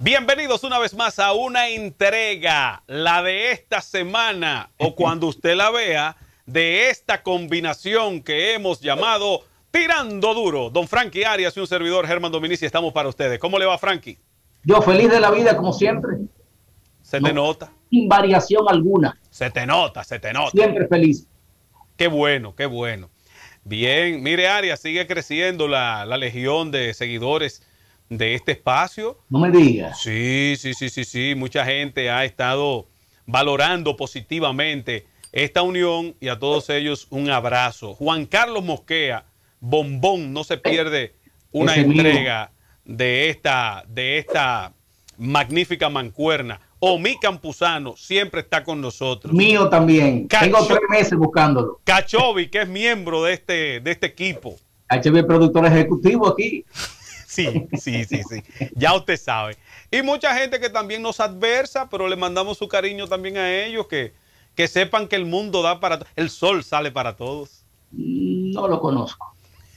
Bienvenidos una vez más a una entrega, la de esta semana, o cuando usted la vea, de esta combinación que hemos llamado Tirando Duro. Don Frankie Arias y un servidor, Germán Dominici, estamos para ustedes. ¿Cómo le va, Frankie? Yo feliz de la vida, como siempre. Se te nota. Sin variación alguna. Se te nota, se te nota. Siempre feliz. Qué bueno, qué bueno. Bien, mire, Arias, sigue creciendo la legión de seguidores de este espacio. No me digas. Sí. Mucha gente ha estado valorando positivamente esta unión y a todos ellos un abrazo. Juan Carlos Mosquea, Bombón, no se pierde una entrega de esta magnífica mancuerna. Omi Campuzano siempre está con nosotros. Mío también. Tengo 3 meses buscándolo. Cachovi, que es miembro de este equipo. Cachovi es productor ejecutivo aquí. Sí. Ya usted sabe. Y mucha gente que también nos adversa, pero le mandamos su cariño también a ellos, que sepan que el mundo da para todos. El sol sale para todos. No lo conozco.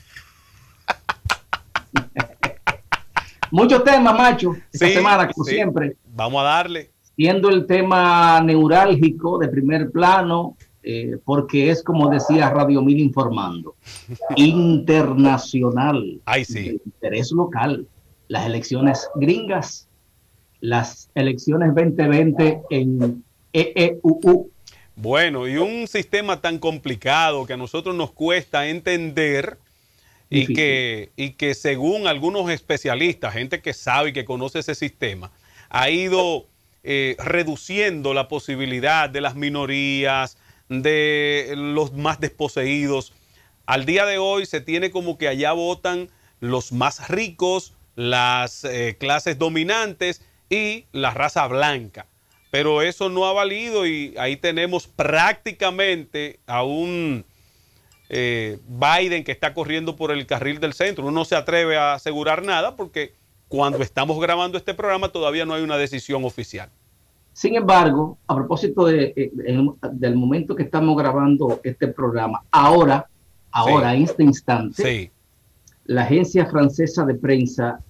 Muchos temas, macho, esta semana, como siempre. Vamos a darle. Siendo el tema neurálgico de primer plano, porque es, como decía Radio Mil informando, internacional, Ay, sí. De interés local, las elecciones gringas, las elecciones 2020 en EEUU. Bueno, y un sistema tan complicado que a nosotros nos cuesta entender y que según algunos especialistas, gente que sabe y que conoce ese sistema, ha ido reduciendo la posibilidad de las minorías, de los más desposeídos. Al día de hoy se tiene como que allá votan los más ricos, las clases dominantes y la raza blanca. Pero eso no ha valido y ahí tenemos prácticamente a un Biden que está corriendo por el carril del centro. Uno no se atreve a asegurar nada porque cuando estamos grabando este programa todavía no hay una decisión oficial. Sin embargo, a propósito del momento que estamos grabando este programa, ahora, en este instante, la agencia francesa de prensa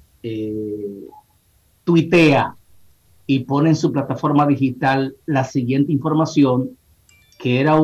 tuitea y pone en su plataforma digital la siguiente información, que era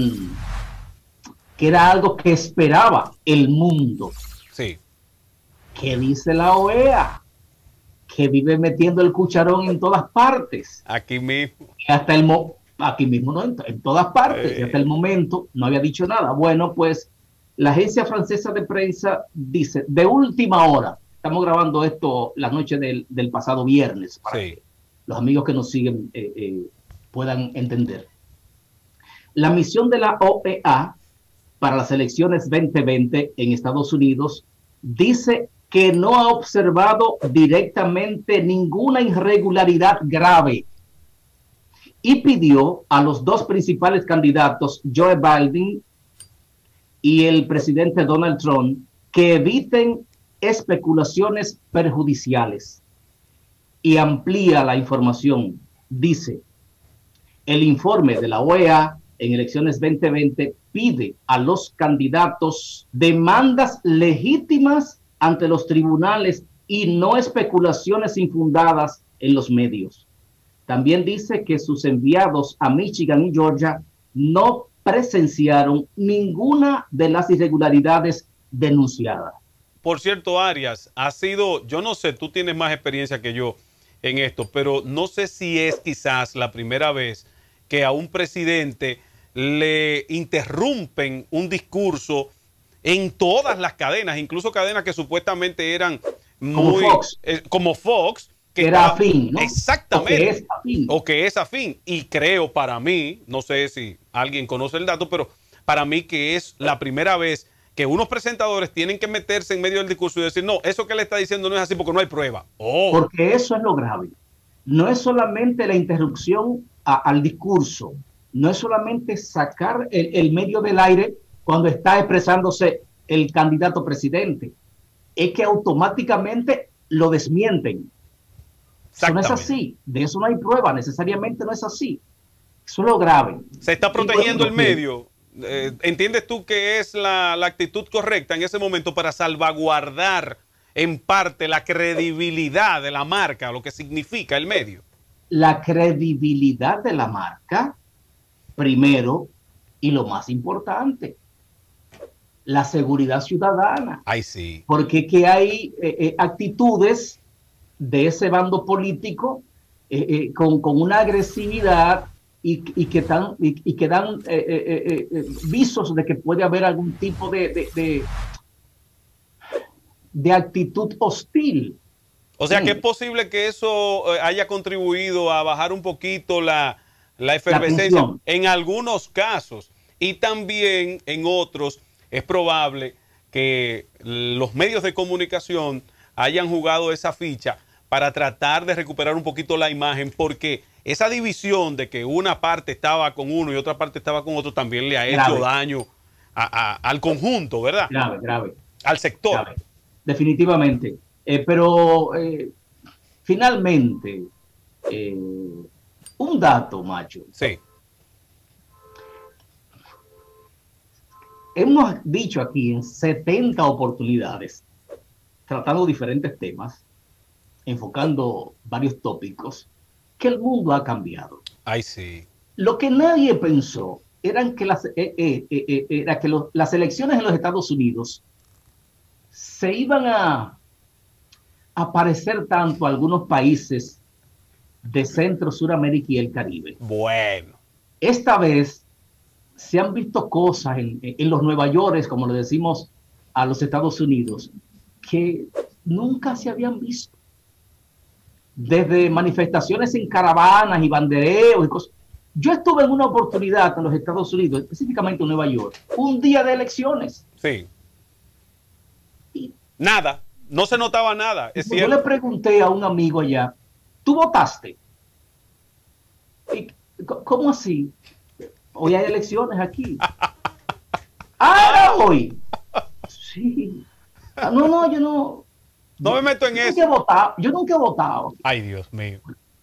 algo que esperaba el mundo. Sí. ¿Qué dice la OEA? Que vive metiendo el cucharón en todas partes. Aquí mismo. Aquí mismo, no, en todas partes. Y hasta el momento no había dicho nada. Bueno, pues la agencia francesa de prensa dice, de última hora, estamos grabando esto la noche del pasado viernes, para que los amigos que nos siguen puedan entender. La misión de la OEA para las elecciones 2020 en Estados Unidos dice que no ha observado directamente ninguna irregularidad grave y pidió a los 2 principales candidatos, Joe Biden y el presidente Donald Trump, que eviten especulaciones perjudiciales. Y amplía la información. Dice, el informe de la OEA en elecciones 2020 pide a los candidatos demandas legítimas ante los tribunales y no especulaciones infundadas en los medios. También dice que sus enviados a Michigan y Georgia no presenciaron ninguna de las irregularidades denunciadas. Por cierto, Arias, ha sido, yo no sé, tú tienes más experiencia que yo en esto, pero no sé si es quizás la primera vez que a un presidente le interrumpen un discurso en todas las cadenas, incluso cadenas que supuestamente eran muy... como Fox, que era afín, ¿no? Exactamente. O que es afín. Y creo para mí, no sé si alguien conoce el dato, pero para mí que es la primera vez que unos presentadores tienen que meterse en medio del discurso y decir, no, eso que le está diciendo no es así porque no hay prueba. Porque eso es lo grave. No es solamente la interrupción al discurso, no es solamente sacar el medio del aire cuando está expresándose el candidato presidente, es que automáticamente lo desmienten. Eso no es así, de eso no hay prueba, necesariamente no es así. Eso es lo grave. Se está protegiendo el medio. ¿Entiendes tú que es la actitud correcta en ese momento para salvaguardar en parte la credibilidad de la marca, lo que significa el medio. La credibilidad de la marca, primero, y lo más importante, la seguridad ciudadana. Ay, sí. Porque que hay actitudes de ese bando político con una agresividad y que dan visos de que puede haber algún tipo de actitud hostil. O sea, que es posible que eso haya contribuido a bajar un poquito la efervescencia en algunos casos, y también en otros es probable que los medios de comunicación hayan jugado esa ficha para tratar de recuperar un poquito la imagen, porque esa división de que una parte estaba con uno y otra parte estaba con otro también le ha hecho daño al conjunto, ¿verdad? Grave. Al sector. Grave. Definitivamente. Pero finalmente, un dato, Macho. Sí. Hemos dicho aquí en 70 oportunidades, tratando diferentes temas, enfocando varios tópicos, que el mundo ha cambiado. Ay, sí. Lo que nadie pensó era que las elecciones en los Estados Unidos se iban a parecer tanto a algunos países de Centro, Suramérica y el Caribe. Bueno. Esta vez se han visto cosas en los Nueva York, como le decimos a los Estados Unidos, que nunca se habían visto. Desde manifestaciones en caravanas y bandereos y cosas. Yo estuve en una oportunidad en los Estados Unidos, específicamente en Nueva York, un día de elecciones. Sí. Y nada, no se notaba nada. Es yo le pregunté a un amigo allá, ¿tú votaste? ¿Cómo así? Hoy hay elecciones aquí. Hoy. Sí. No, yo no. No me meto en eso. Yo nunca he votado. Ay, Dios mío.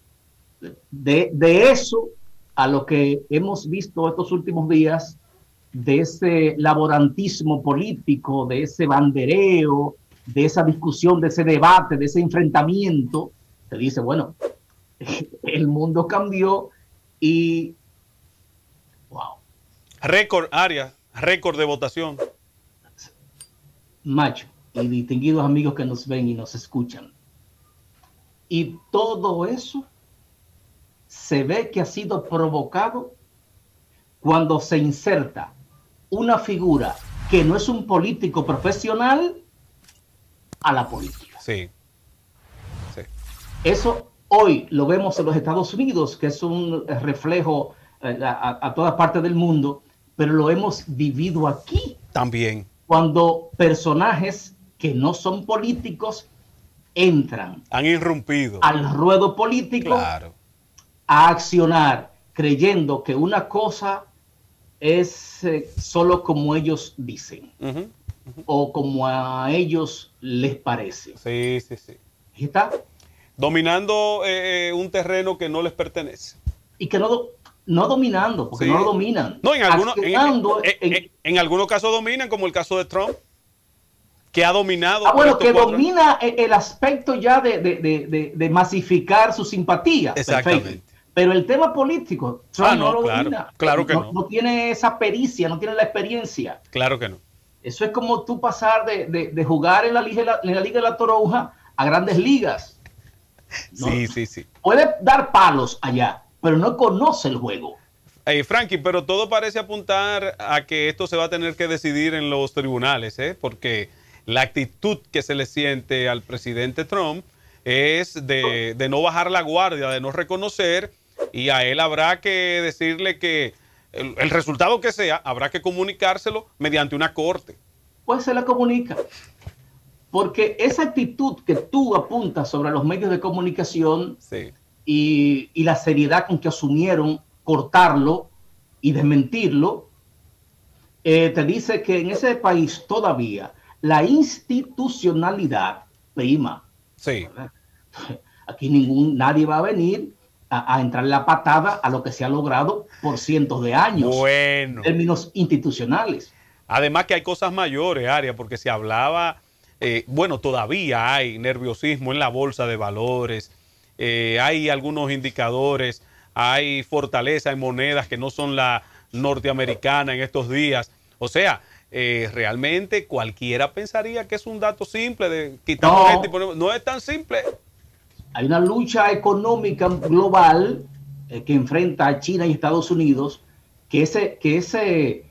De eso a lo que hemos visto estos últimos días, de ese laborantismo político, de ese bandereo, de esa discusión, de ese debate, de ese enfrentamiento, te dice, bueno, el mundo cambió y wow. Récord, Arias, récord de votación. Macho y distinguidos amigos que nos ven y nos escuchan. Y todo eso se ve que ha sido provocado cuando se inserta una figura que no es un político profesional a la política. Sí. Sí. Eso hoy lo vemos en los Estados Unidos, que es un reflejo a todas partes del mundo, pero lo hemos vivido aquí. También. Cuando personajes que no son políticos entran. Han irrumpido al ruedo político, claro, a accionar, creyendo que una cosa es solo como ellos dicen o como a ellos les parece. Sí, sí, sí. ¿Y está? Dominando un terreno que no les pertenece. Y que no dominando, porque no lo dominan. No, en algunos casos dominan, como el caso de Trump, que ha dominado. Bueno, que domina el aspecto ya de masificar su simpatía. Exactamente. Perfecto. Pero el tema político, Trump no lo domina. Claro que no. No tiene esa pericia, no tiene la experiencia. Claro que no. Eso es como tú pasar de jugar en la Liga de la Toronja a Grandes Ligas. ¿No? Sí, sí, sí. Puede dar palos allá, pero no conoce el juego. Frankie, pero todo parece apuntar a que esto se va a tener que decidir en los tribunales, porque la actitud que se le siente al presidente Trump es de no bajar la guardia, de no reconocer, y a él habrá que decirle que el resultado que sea, habrá que comunicárselo mediante una corte. Pues se la comunica. Porque esa actitud que tú apuntas sobre los medios de comunicación, sí, y la seriedad con que asumieron cortarlo y desmentirlo, te dice que en ese país todavía la institucionalidad prima. Sí. Aquí nadie va a venir a entrar la patada a lo que se ha logrado por cientos de años. Bueno. En términos institucionales. Además que hay cosas mayores, Arias, porque se hablaba bueno, todavía hay nerviosismo en la bolsa de valores, hay algunos indicadores, hay fortaleza en monedas que no son la norteamericana en estos días. O sea, realmente cualquiera pensaría que es un dato simple de quitamos gente y ponemos. No es tan simple. Hay una lucha económica global que enfrenta a China y Estados Unidos, ese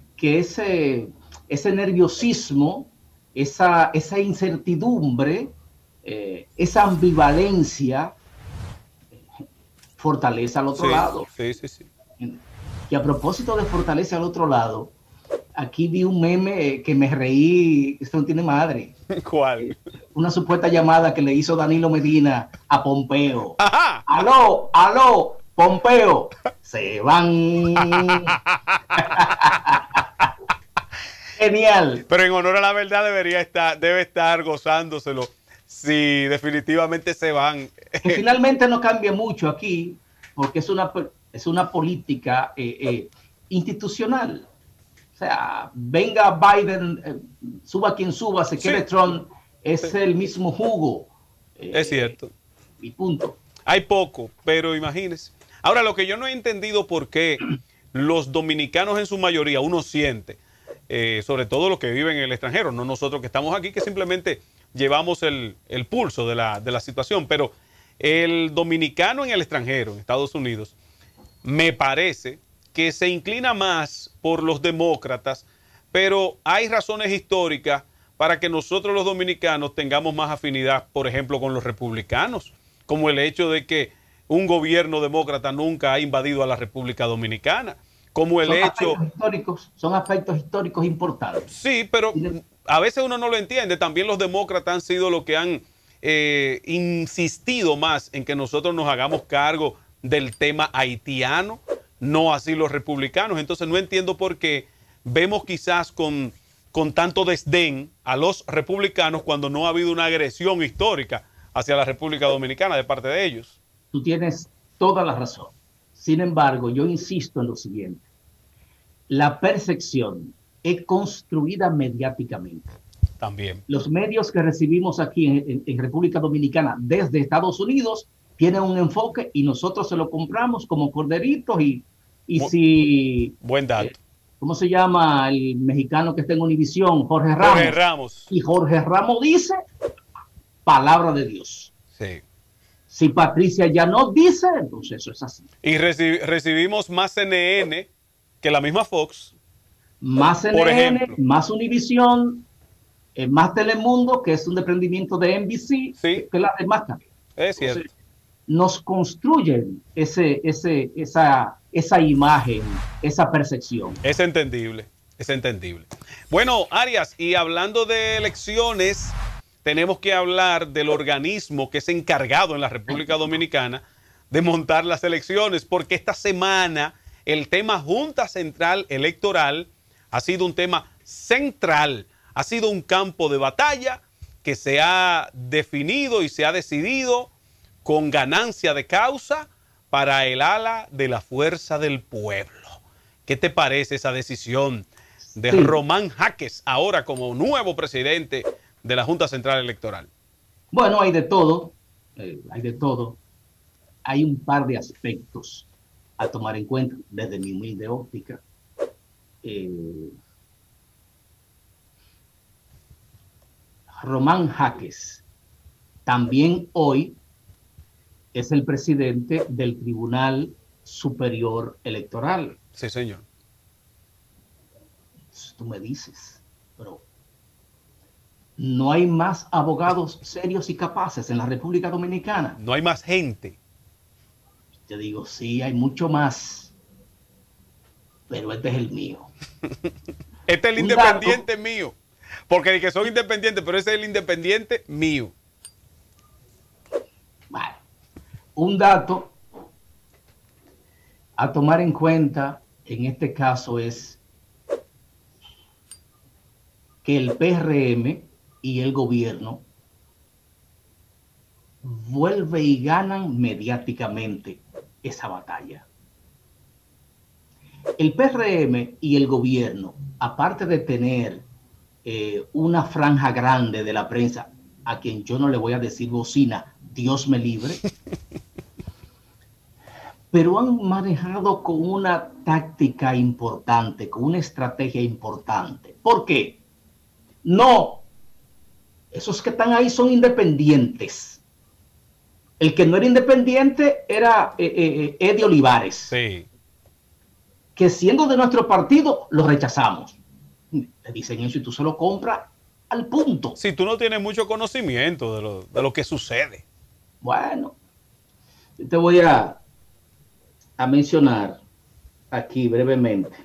nerviosismo, esa incertidumbre, esa ambivalencia fortalece al otro lado. Sí, sí, sí. Y a propósito de fortalece al otro lado, aquí vi un meme que me reí, esto no tiene madre. ¿Cuál? Una supuesta llamada que le hizo Danilo Medina a Pompeo. Ajá. Aló, aló, Pompeo, se van. Genial. Pero en honor a la verdad debe estar gozándoselo. Si definitivamente se van. Que finalmente no cambia mucho aquí, porque es una política institucional. O sea, venga Biden, suba quien suba, se quede Trump, es el mismo jugo. Es cierto. Y punto. Hay poco, pero imagínese. Ahora, lo que yo no he entendido por qué los dominicanos en su mayoría, uno siente, sobre todo los que viven en el extranjero, no nosotros que estamos aquí, que simplemente llevamos el pulso de la situación, pero el dominicano en el extranjero, en Estados Unidos, me parece que se inclina más por los demócratas, pero hay razones históricas para que nosotros los dominicanos tengamos más afinidad, por ejemplo, con los republicanos, como el hecho de que un gobierno demócrata nunca ha invadido a la República Dominicana, como el hecho... Son aspectos históricos importantes. Sí, pero a veces uno no lo entiende. También los demócratas han sido los que han insistido más en que nosotros nos hagamos cargo del tema haitiano, no así los republicanos. Entonces no entiendo por qué vemos quizás con tanto desdén a los republicanos cuando no ha habido una agresión histórica hacia la República Dominicana de parte de ellos. Tú tienes toda la razón. Sin embargo, yo insisto en lo siguiente. La percepción es construida mediáticamente. También. Los medios que recibimos aquí en República Dominicana desde Estados Unidos tienen un enfoque y nosotros se lo compramos como corderitos y buen dato. ¿Cómo se llama el mexicano que está en Univisión? Jorge Ramos. Jorge Ramos. Y Jorge Ramos dice, palabra de Dios. Sí. Si Patricia ya no dice, entonces eso es así. Y recibimos más CNN que la misma Fox. Más CNN, más Univisión, más Telemundo, que es un desprendimiento de NBC, sí, que la demás también. Es cierto. Entonces, nos construyen esa imagen, esa percepción. Es entendible, es entendible. Bueno, Arias, y hablando de elecciones, tenemos que hablar del organismo que es encargado en la República Dominicana de montar las elecciones, porque esta semana el tema Junta Central Electoral ha sido un tema central, ha sido un campo de batalla que se ha definido y se ha decidido con ganancia de causa para el ala de la fuerza del pueblo. ¿Qué te parece esa decisión de Román Jaques ahora como nuevo presidente de la Junta Central Electoral? Bueno, hay de todo, hay de todo. Hay un par de aspectos a tomar en cuenta desde mi humilde óptica. Román Jaques también hoy es el presidente del Tribunal Superior Electoral. Sí, señor. Tú me dices, pero no hay más abogados serios y capaces en la República Dominicana. No hay más gente. Te digo, sí, hay mucho más, pero este es el mío. Este es el independiente mío. Porque que son independientes, pero ese es el independiente mío. Vale. Un dato a tomar en cuenta en este caso es que el PRM y el gobierno vuelve y ganan mediáticamente esa batalla. El PRM y el gobierno, aparte de tener una franja grande de la prensa, a quien yo no le voy a decir bocina, Dios me libre, pero han manejado con una táctica importante, con una estrategia importante. ¿Por qué? No, esos que están ahí son independientes. El que no era independiente era Eddie Olivares. Sí. Que siendo de nuestro partido, lo rechazamos. Te dicen eso y tú se lo compras al punto. Si tú no tienes mucho conocimiento de lo que sucede. Bueno, te voy a mencionar aquí brevemente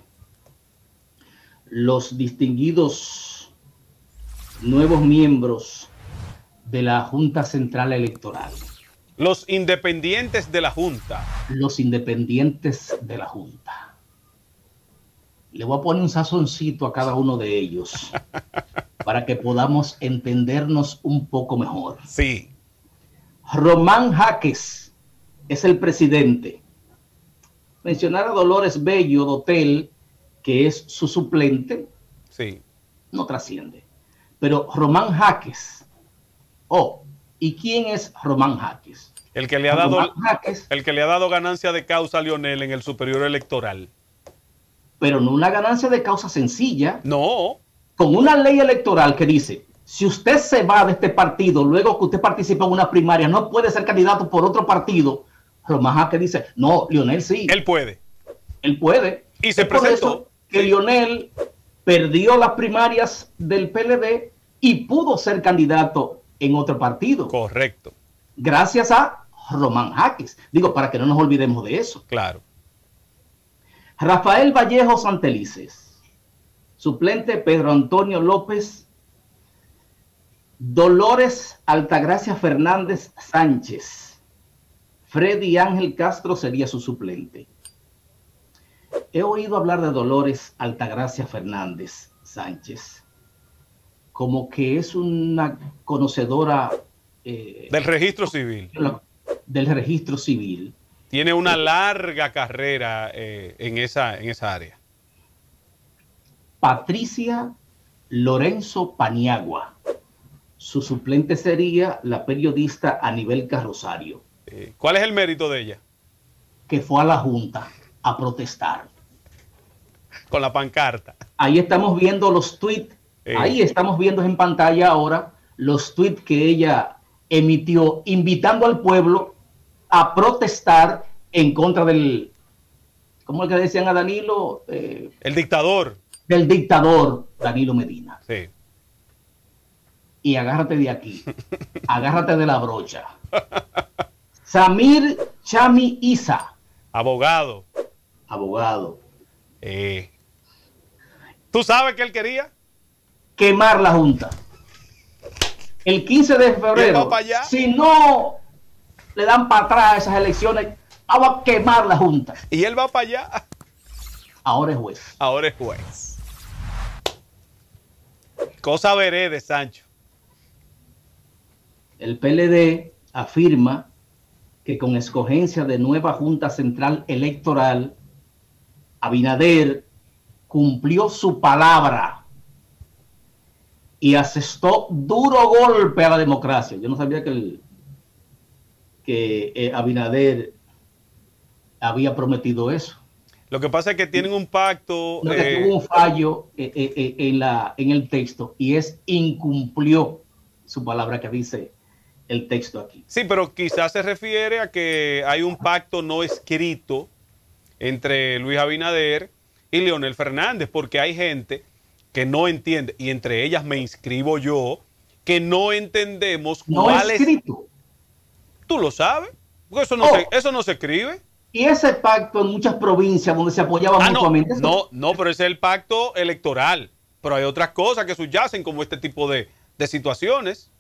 los distinguidos nuevos miembros de la Junta Central Electoral. Los independientes de la Junta. Los independientes de la Junta. Le voy a poner un sazoncito a cada uno de ellos para que podamos entendernos un poco mejor. Sí. Román Jaques es el presidente. Mencionar a Dolores Bello Dotel, que es su suplente, sí, no trasciende. Pero Román Jaques. ¿Y quién es Román Jaques? El que le ha dado ganancia de causa a Lionel en el superior electoral. Pero no una ganancia de causa sencilla. No. Con una ley electoral que dice, si usted se va de este partido, luego que usted participa en una primaria, no puede ser candidato por otro partido. Román Jaques dice, no, Lionel sí. Él puede. Él puede. Y se presentó. Por eso que Lionel perdió las primarias del PLD y pudo ser candidato en otro partido. Correcto. Gracias a Román Jaques. Digo, para que no nos olvidemos de eso. Claro. Rafael Vallejo Santelices, suplente Pedro Antonio López, Dolores Altagracia Fernández Sánchez, Freddy Ángel Castro sería su suplente. He oído hablar de Dolores Altagracia Fernández Sánchez como que es una conocedora del registro civil. Del registro civil. Tiene una larga carrera en esa área. Patricia Lorenzo Paniagua. Su suplente sería la periodista Anibelca Rosario. ¿Cuál es el mérito de ella? Que fue a la Junta a protestar. Con la pancarta. Ahí estamos viendo los tweets. Ahí estamos viendo en pantalla ahora los tweets que ella emitió invitando al pueblo a protestar en contra del, ¿cómo es que decían a Danilo? El dictador. Del dictador Danilo Medina. Sí. Y agárrate de aquí, agárrate de la brocha. Samir Chami Isa. Abogado. Abogado. ¿Tú sabes qué él quería? Quemar la Junta. El 15 de febrero, si no le dan para atrás esas elecciones, vamos a quemar la Junta. Y él va para allá. Ahora es juez. Ahora es juez. Cosa veré de Sancho. El PLD afirma que con escogencia de nueva Junta Central Electoral, Abinader cumplió su palabra y asestó duro golpe a la democracia. Yo no sabía que Abinader había prometido eso. Lo que pasa es que tienen un pacto. No, que tuvo un fallo en el texto y incumplió su palabra que dice el texto aquí. Sí, pero quizás se refiere a que hay un pacto no escrito entre Luis Abinader y Leonel Fernández, porque hay gente que no entiende, y entre ellas me inscribo yo, que no entendemos cuál es. Escrito. ¿Tú lo sabes? Porque eso no se escribe. Y ese pacto en muchas provincias donde se apoyaban mutuamente. No, pero ese es el pacto electoral. Pero hay otras cosas que subyacen como este tipo de situaciones.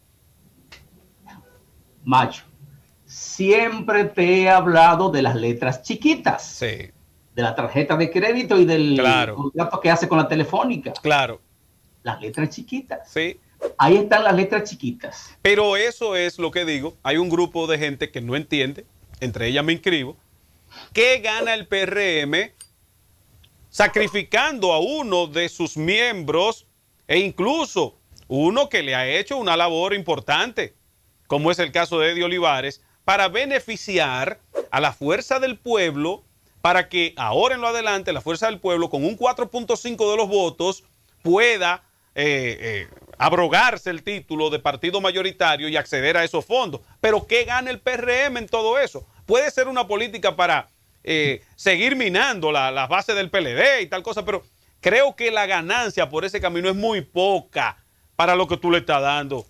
Macho, siempre te he hablado de las letras chiquitas. Sí. De la tarjeta de crédito y del contrato que hace con la telefónica. Claro. Las letras chiquitas. Sí. Ahí están las letras chiquitas. Pero eso es lo que digo. Hay un grupo de gente que no entiende, entre ellas me inscribo, que gana el PRM sacrificando a uno de sus miembros e incluso uno que le ha hecho una labor importante, como es el caso de Eddie Olivares, para beneficiar a la Fuerza del Pueblo, para que ahora en lo adelante la Fuerza del Pueblo con un 4.5 de los votos pueda abrogarse el título de partido mayoritario y acceder a esos fondos. Pero ¿qué gana el PRM en todo eso? Puede ser una política para seguir minando las bases del PLD y tal cosa, pero creo que la ganancia por ese camino es muy poca para lo que tú le estás dando.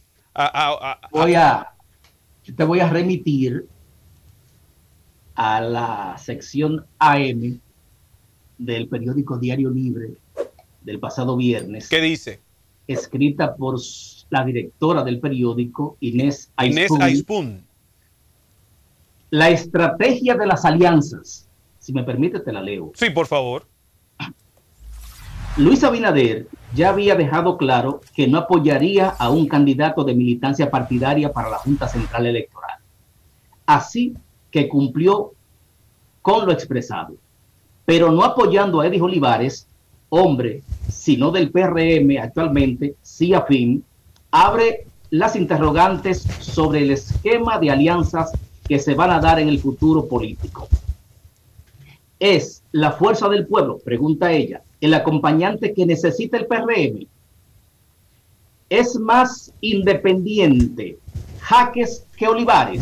Yo te voy a remitir a la sección AM del periódico Diario Libre del pasado viernes. ¿Qué dice? Escrita por la directora del periódico, Inés Ayspun. La estrategia de las alianzas. Si me permite, te la leo. Sí, por favor. Luis Abinader ya había dejado claro que no apoyaría a un candidato de militancia partidaria para la Junta Central Electoral. Así que cumplió con lo expresado, pero no apoyando a Eddie Olivares, hombre, sino del PRM actualmente, sí afín, abre las interrogantes sobre el esquema de alianzas que se van a dar en el futuro político. ¿Es la Fuerza del Pueblo, pregunta ella, el acompañante que necesita el PRM? ¿Es más independiente Jaques que Olivares?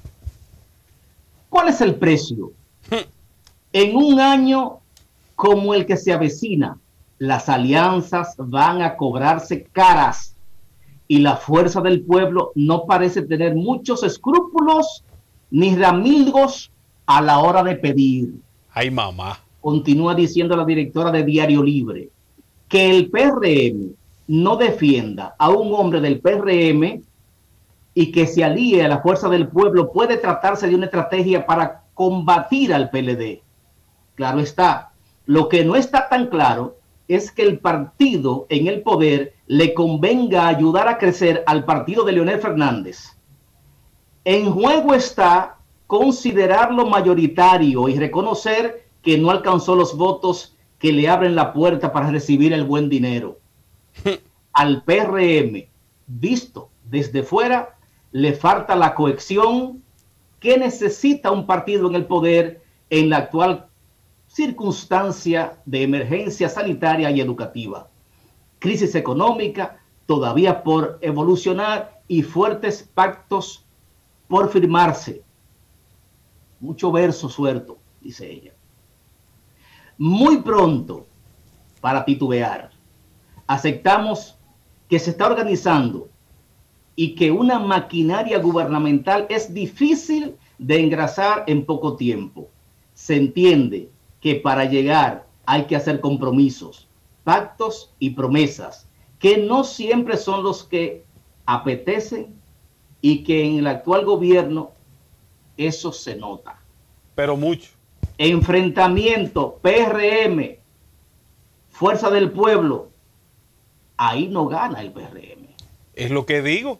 ¿Cuál es el precio? En un año como el que se avecina, las alianzas van a cobrarse caras y la Fuerza del Pueblo no parece tener muchos escrúpulos ni ramilgos a la hora de pedir. Ay, mamá. Continúa diciendo la directora de Diario Libre, que el PRM no defienda a un hombre del PRM y que se alíe a la Fuerza del Pueblo puede tratarse de una estrategia para combatir al PLD. Claro está, lo que no está tan claro es que el partido en el poder le convenga ayudar a crecer al partido de Leonel Fernández. En juego está considerarlo mayoritario y reconocer que no alcanzó los votos que le abren la puerta para recibir el buen dinero. Al PRM, visto desde fuera, le falta la cohesión que necesita un partido en el poder en la actual circunstancia de emergencia sanitaria y educativa, crisis económica todavía por evolucionar y fuertes pactos por firmarse. Mucho verso suelto, dice ella. Muy pronto, para titubear, aceptamos que se está organizando y que una maquinaria gubernamental es difícil de engrasar en poco tiempo. Se entiende que para llegar hay que hacer compromisos, pactos y promesas, que no siempre son los que apetecen y que en el actual gobierno eso se nota. Pero mucho. Enfrentamiento, PRM, Fuerza del Pueblo, ahí no gana el PRM. Es lo que digo.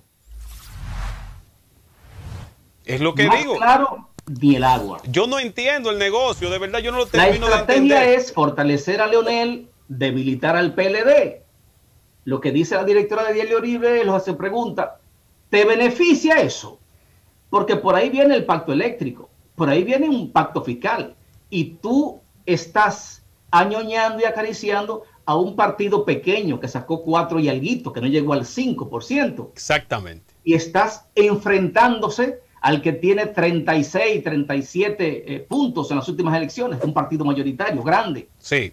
Es lo que Más digo. Claro, ni el agua. Yo no entiendo el negocio, de verdad, yo no lo termino de entender. La estrategia es fortalecer a Leonel, debilitar al PLD. Lo que dice la directora de Diario Libre, los hace pregunta, ¿te beneficia eso? Porque por ahí viene el pacto eléctrico, por ahí viene un pacto fiscal, y tú estás añoñando y acariciando a un partido pequeño que sacó 4 y alguito, que no llegó al 5%. Exactamente. Y estás enfrentándose al que tiene 36, 37 puntos en las últimas elecciones, un partido mayoritario, grande. Sí.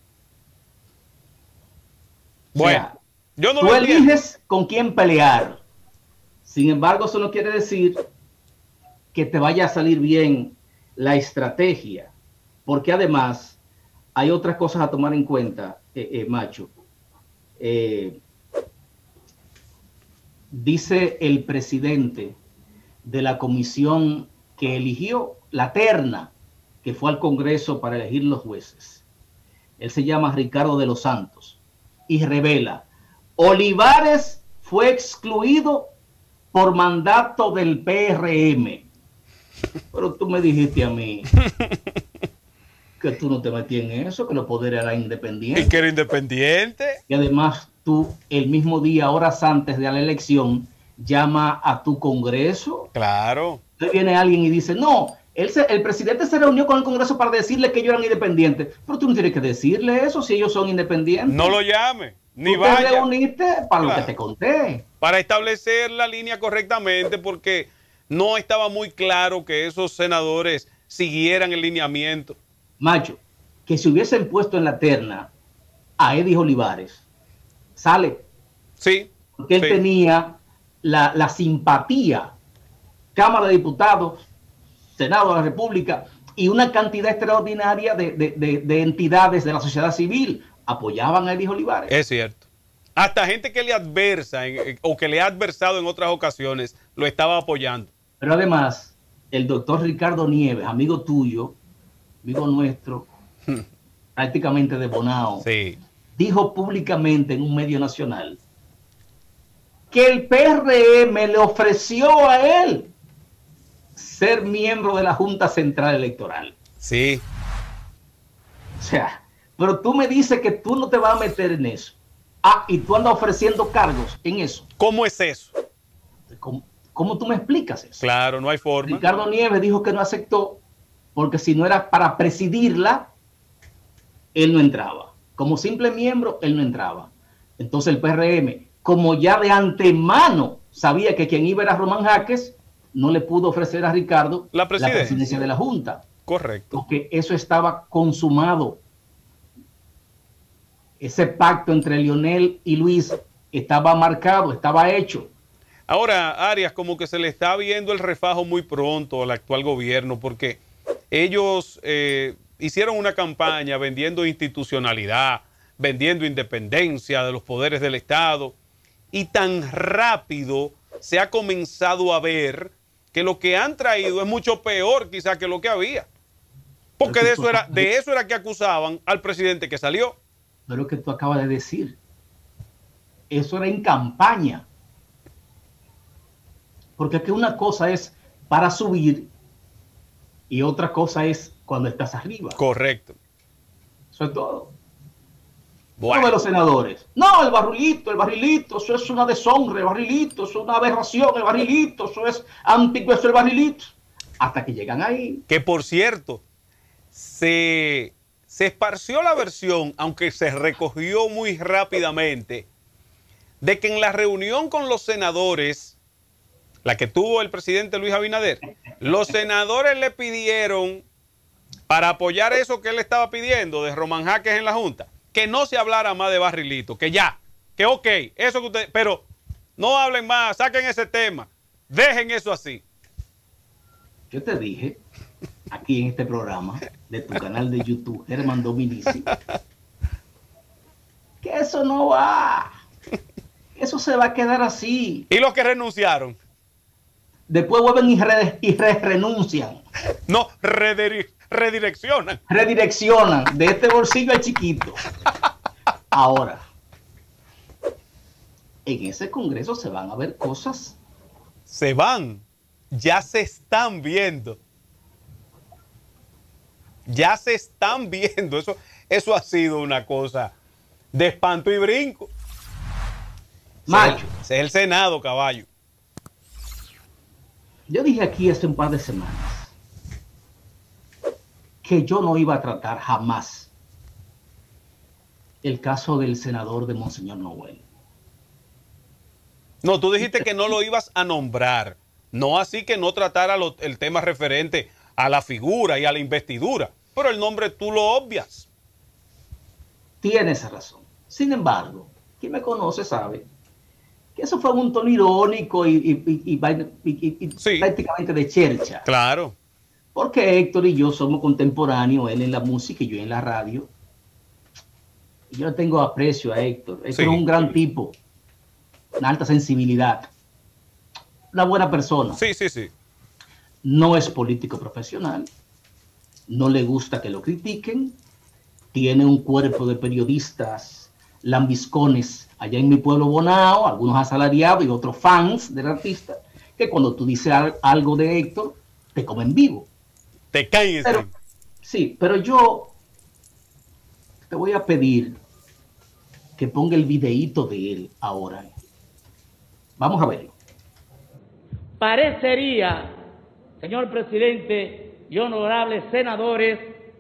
Bueno, o sea, yo no tú lo eliges con quién pelear. Sin embargo, eso no quiere decir que te vaya a salir bien la estrategia, porque además hay otras cosas a tomar en cuenta, Macho. Dice el presidente de la comisión que eligió la terna que fue al Congreso para elegir los jueces. Él se llama Ricardo de los Santos y revela: Olivares fue excluido por mandato del PRM. Pero tú me dijiste a mí que tú no te metías en eso, que los poderes eran independientes. ¿Y que era independiente? Y además tú el mismo día, horas antes de la elección, llama a tu Congreso. Claro. Entonces viene alguien y dice, no, el presidente se reunió con el Congreso para decirle que ellos eran independientes. Pero tú no tienes que decirle eso si ellos son independientes. No lo llame, ni tú vaya. Te reuniste para lo que te conté. Para establecer la línea correctamente, porque no estaba muy claro que esos senadores siguieran el lineamiento. Macho, que si hubiesen puesto en la terna a Eddie Olivares, sale. Sí. Porque él tenía la simpatía, Cámara de Diputados, Senado de la República y una cantidad extraordinaria de entidades de la sociedad civil apoyaban a Eddie Olivares. Es cierto. Hasta gente que le adversa o que le ha adversado en otras ocasiones lo estaba apoyando. Pero además, el doctor Ricardo Nieves, amigo tuyo, amigo nuestro, prácticamente de Bonao, sí, dijo públicamente en un medio nacional que el PRM le ofreció a él ser miembro de la Junta Central Electoral. Sí. O sea, pero tú me dices que tú no te vas a meter en eso. Ah, y tú andas ofreciendo cargos en eso. ¿Cómo es eso? ¿Cómo tú me explicas eso? Claro, no hay forma. Ricardo Nieves dijo que no aceptó porque si no era para presidirla, él no entraba. Como simple miembro, él no entraba. Entonces el PRM, como ya de antemano sabía que quien iba era Román Jaques, no le pudo ofrecer a Ricardo la presidencia de la Junta. Correcto. Porque eso estaba consumado. Ese pacto entre Leonel y Luis estaba marcado, estaba hecho. Ahora, Arias, como que se le está viendo el refajo muy pronto al actual gobierno, porque ellos hicieron una campaña vendiendo institucionalidad, vendiendo independencia de los poderes del Estado, y tan rápido se ha comenzado a ver que lo que han traído es mucho peor quizás que lo que había. Porque de eso era que acusaban al presidente que salió. Pero lo que tú acabas de decir, eso era en campaña. Porque aquí una cosa es para subir y otra cosa es cuando estás arriba. Correcto. Eso es todo. Bueno. Uno de los senadores. No, el barrilito, eso es una deshonra, el barrilito, eso es una aberración, el barrilito, eso es antiguo, eso es el barrilito. Hasta que llegan ahí. Que por cierto, se esparció la versión, aunque se recogió muy rápidamente, de que en la reunión con los senadores, la que tuvo el presidente Luis Abinader, los senadores le pidieron, para apoyar eso que él estaba pidiendo de Román Jaques en la Junta, que no se hablara más de barrilito, que ya, que ok, eso que ustedes, pero no hablen más, saquen ese tema, dejen eso así. Yo te dije, aquí en este programa, de tu canal de YouTube, Germán Dominici, que eso no va, eso se va a quedar así. ¿Y los que renunciaron? Después vuelven y renuncian. No, redireccionan. Redireccionan de este bolsillo al chiquito. Ahora, en ese congreso se van a ver cosas. Se van. Ya se están viendo. Ya se están viendo. Eso ha sido una cosa de espanto y brinco. Macho. Ese es el Senado, caballo. Yo dije aquí hace un par de semanas que yo no iba a tratar jamás el caso del senador de Monseñor Noel. No, tú dijiste que no lo ibas a nombrar. No así que no tratara el tema referente a la figura y a la investidura. Pero el nombre tú lo obvias. Tienes razón. Sin embargo, quien me conoce sabe que eso fue un tono irónico y sí, prácticamente de chercha. Claro. Porque Héctor y yo somos contemporáneos, él en la música y yo en la radio. Y yo le tengo aprecio a Héctor. Héctor sí, es un gran tipo, una alta sensibilidad, una buena persona. Sí, sí, sí. No es político profesional, no le gusta que lo critiquen, tiene un cuerpo de periodistas lambiscones allá en mi pueblo Bonao, algunos asalariados y otros fans del artista, que cuando tú dices algo de Héctor, te comen vivo. Te caen. Sí, pero yo te voy a pedir que ponga el videíto de él ahora. Vamos a verlo. Parecería, señor presidente y honorables senadores,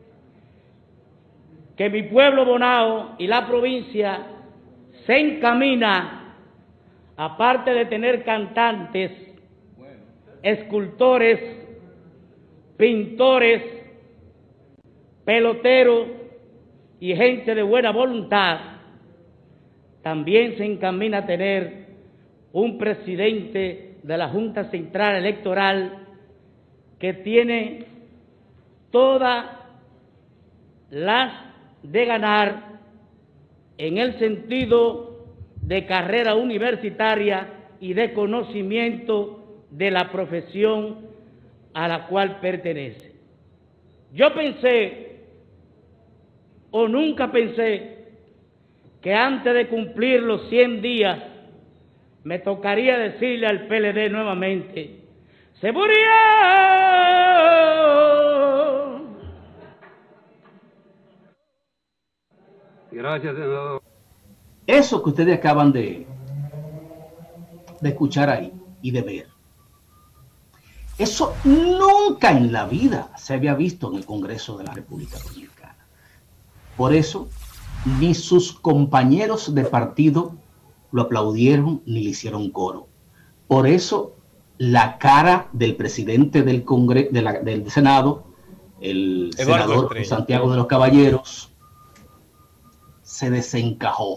que mi pueblo Bonao y la provincia se encamina, aparte de tener cantantes, escultores, pintores, peloteros y gente de buena voluntad, también se encamina a tener un presidente de la Junta Central Electoral que tiene todas las de ganar en el sentido de carrera universitaria y de conocimiento de la profesión a la cual pertenece. Yo pensé, o nunca pensé, que antes de cumplir los 100 días me tocaría decirle al PLD nuevamente: ¡se murió! Gracias, senador. Eso que ustedes acaban de escuchar ahí y de ver, eso nunca en la vida se había visto en el Congreso de la República Dominicana. Por eso, ni sus compañeros de partido lo aplaudieron ni le hicieron coro. Por eso, la cara del presidente del del Senado, el senador Santiago de los Caballeros, se desencajó.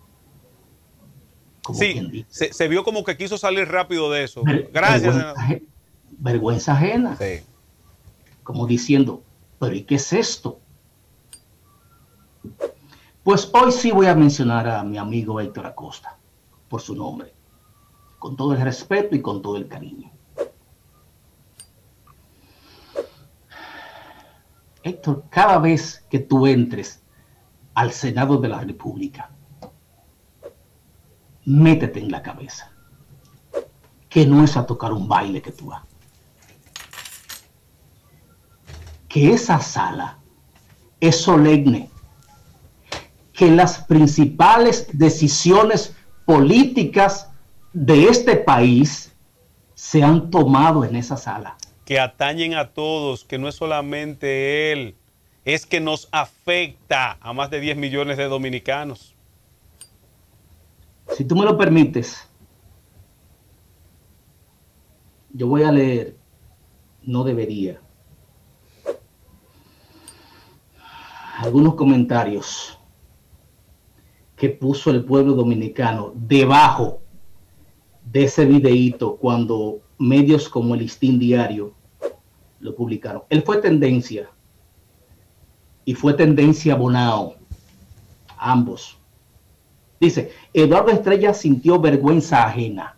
Sí, se vio como que quiso salir rápido de eso. Gracias. Vergüenza ajena. Sí. Como diciendo, ¿pero y qué es esto? Pues hoy sí voy a mencionar a mi amigo Héctor Acosta por su nombre, con todo el respeto y con todo el cariño. Héctor, cada vez que tú entres al Senado de la República, métete en la cabeza que no es a tocar un baile que tú vas. Que esa sala es solemne, que las principales decisiones políticas de este país se han tomado en esa sala. Que atañen a todos, que no es solamente él, es que nos afecta a más de 10 millones de dominicanos. Si tú me lo permites, yo voy a leer, no debería, algunos comentarios que puso el pueblo dominicano debajo de ese videíto cuando medios como el Listín Diario lo publicaron. Él fue tendencia y fue tendencia Bonao, ambos. Dice, Eduardo Estrella sintió vergüenza ajena.